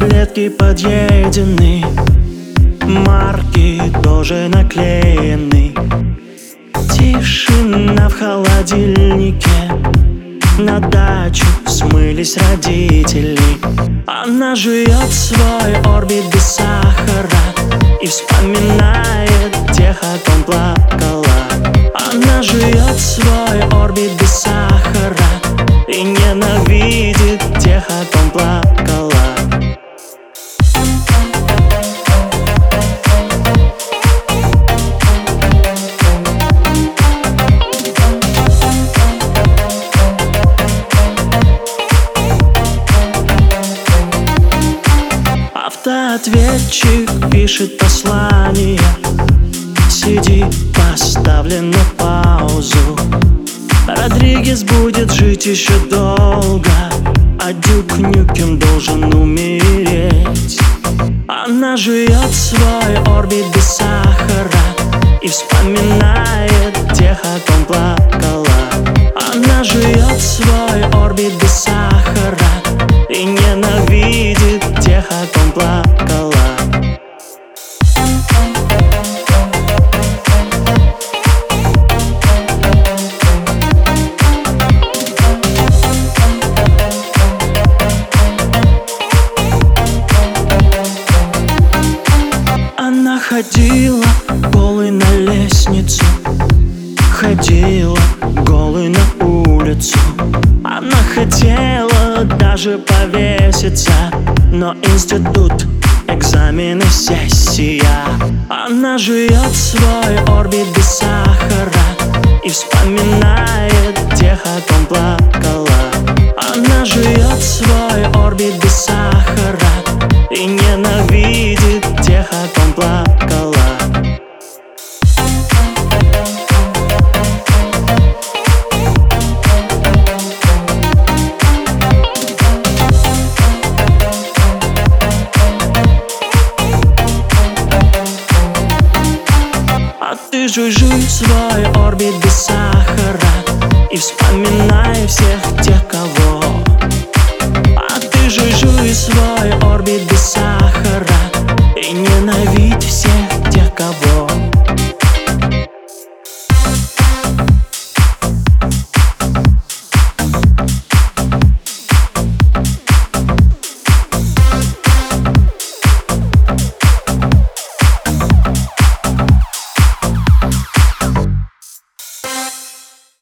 таблетки подъедены, марки тоже наклеены. Тишина в холодильнике, на дачу смылись родители. Она жует свой орбит без сахара и вспоминает тех, о ком плакала. Она жует свой орбит без сахара и ненавидит тех, о ком плакала. Автоответчик пишет послание, CD поставлен на паузу. Родригес будет жить еще долго, а Дюк Нюкем должен умереть. Она жует свой орбит без сахара и вспоминает тех, о ком плакала. Она жует свой орбит без сахара и ненавидит тех, о ком плакала. Она ходила голой на лестницу, ходила голой на улицу. Она хотела даже повеситься, но институт, экзамены, сессия. Она жует свой орбит без сахара и вспоминает тех, о ком плакала. Она жует свой орбит без сахара и ненавидит тех, о ком плакала. А ты жуй свой орбит без сахара и вспоминай всех тех, кого